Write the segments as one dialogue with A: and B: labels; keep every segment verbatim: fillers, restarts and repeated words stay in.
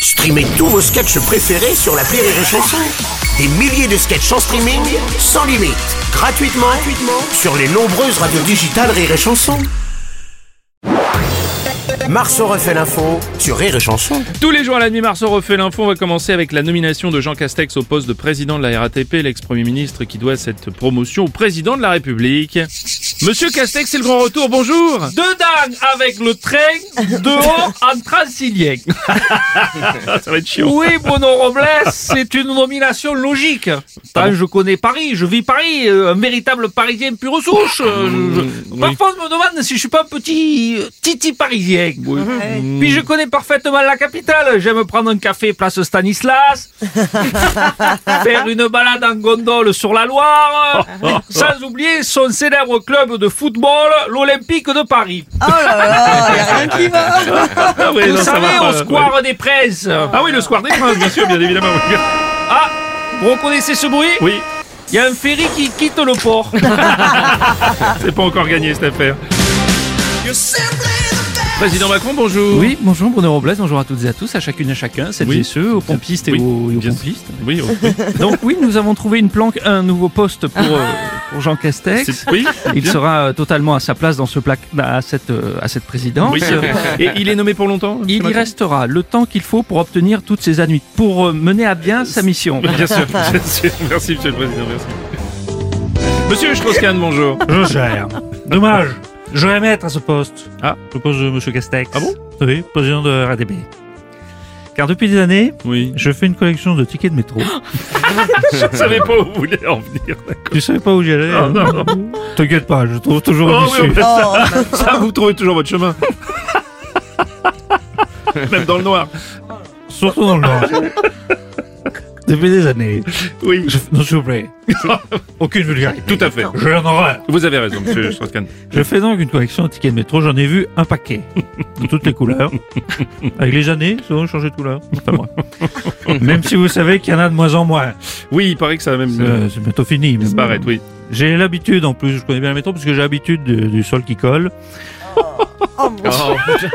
A: Streamez tous vos sketchs préférés sur l'appli Rire et Chanson. Des milliers de sketchs en streaming, sans limite, gratuitement, gratuitement sur les nombreuses radios digitales Rire et Chanson. Marceau refait l'info sur Rire et Chanson.
B: Tous les jours à la nuit, Marceau refait l'info. On va commencer avec la nomination de Jean Castex au poste de président de la R A T P, l'ex-premier ministre qui doit cette promotion au président de la République. Monsieur Castex, c'est le grand retour, bonjour. Dedans avec le train, dehors en transilien. Ça va être chiant.
C: Oui, Bruno Robles, c'est une nomination logique. Tant je connais Paris, je vis Paris, un véritable Parisien pure souche. Je, je... Parfois, on me demande si je suis pas un petit titi parisien. Oui. Mmh. Puis je connais parfaitement la capitale. J'aime prendre un café place Stanislas, faire une balade en gondole sur la Loire, sans oublier son célèbre club de football, l'Olympique de Paris.
D: Oh là là, y a rien qui va.
B: Ah oui,
C: Vous
B: non,
C: savez,
B: va pas,
C: au Square
B: ouais.
C: des Princes.
B: Ah oui, le Square des Princes, bien sûr, bien évidemment.
C: Ah, vous reconnaissez ce bruit?
B: Oui,
C: Il y a un ferry qui quitte le port.
B: c'est pas encore gagné cette affaire. Président Macron, bonjour.
C: Oui, bonjour Bruno Robles, bonjour à toutes et à tous, à chacune et à chacun, celles
B: Oui.
C: et ceux, aux pompistes et
B: Oui.
C: aux, et aux
B: Bien-
C: pompistes.
B: Oui, oui.
C: Donc oui, nous avons trouvé une planque, un nouveau poste pour, euh, pour Jean Castex.
B: C'est- oui,
C: Il
B: bien.
C: sera euh, totalement à sa place dans ce plaque, à cette, euh, à cette présidence.
B: Oui, euh, et il est nommé pour longtemps
C: Il y
B: Macron
C: restera le temps qu'il faut pour obtenir toutes ses annuités, pour euh, mener à bien sa mission.
B: Bien sûr, bien sûr. Merci, monsieur le président, merci. Monsieur Strauss-Kahn, bonjour.
E: Je gère. Dommage. Je vais mettre à ce poste.
B: Ah.
E: Le poste de M. Castex.
B: Ah bon?
E: Oui, président de R A T P. Car depuis des années,
B: Oui.
E: je fais une collection de tickets de métro.
B: Je savais pas où vous voulez en venir, d'accord.
E: Tu savais pas où j'y allais?
B: Ah,
E: hein
B: non, non.
E: T'inquiète pas, je trouve toujours
B: Oh,
E: une
B: oui,
E: issue.
B: en fait, ça, ça, vous trouvez toujours votre chemin. Même dans le noir.
E: Surtout dans le Nord. Depuis des années.
B: Oui.
E: Je... Non, s'il vous plaît. Aucune vulgarité.
B: Tout à fait.
E: J'ai un horreur.
B: Vous avez raison, monsieur Strauss-Kahn.
E: Je fais donc une collection de tickets de métro. J'en ai vu un paquet. De toutes les couleurs. Avec les années, souvent changé de couleur. Enfin, moi. Même si vous savez qu'il y en a de moins en moins.
B: Oui, il paraît que ça va même
E: C'est
B: euh,
E: c'est bientôt fini. mais
B: se
E: bon.
B: barrette, oui.
E: J'ai l'habitude, en plus, je connais bien le métro, parce que j'ai l'habitude de- du sol qui colle.
D: Oh mon Dieu.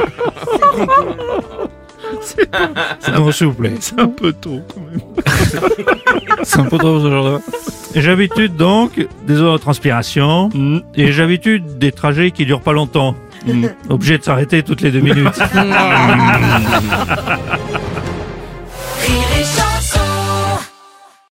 E: Non, s'il vous plaît.
B: C'est un peu tôt, quand même.
E: C'est un peu trop ce genre de... Et j'ai l'habitude, donc, des heures de transpiration,
B: Mm.
E: et j'ai l'habitude des trajets qui durent pas longtemps.
B: Mm.
E: Obligé de s'arrêter toutes les deux minutes.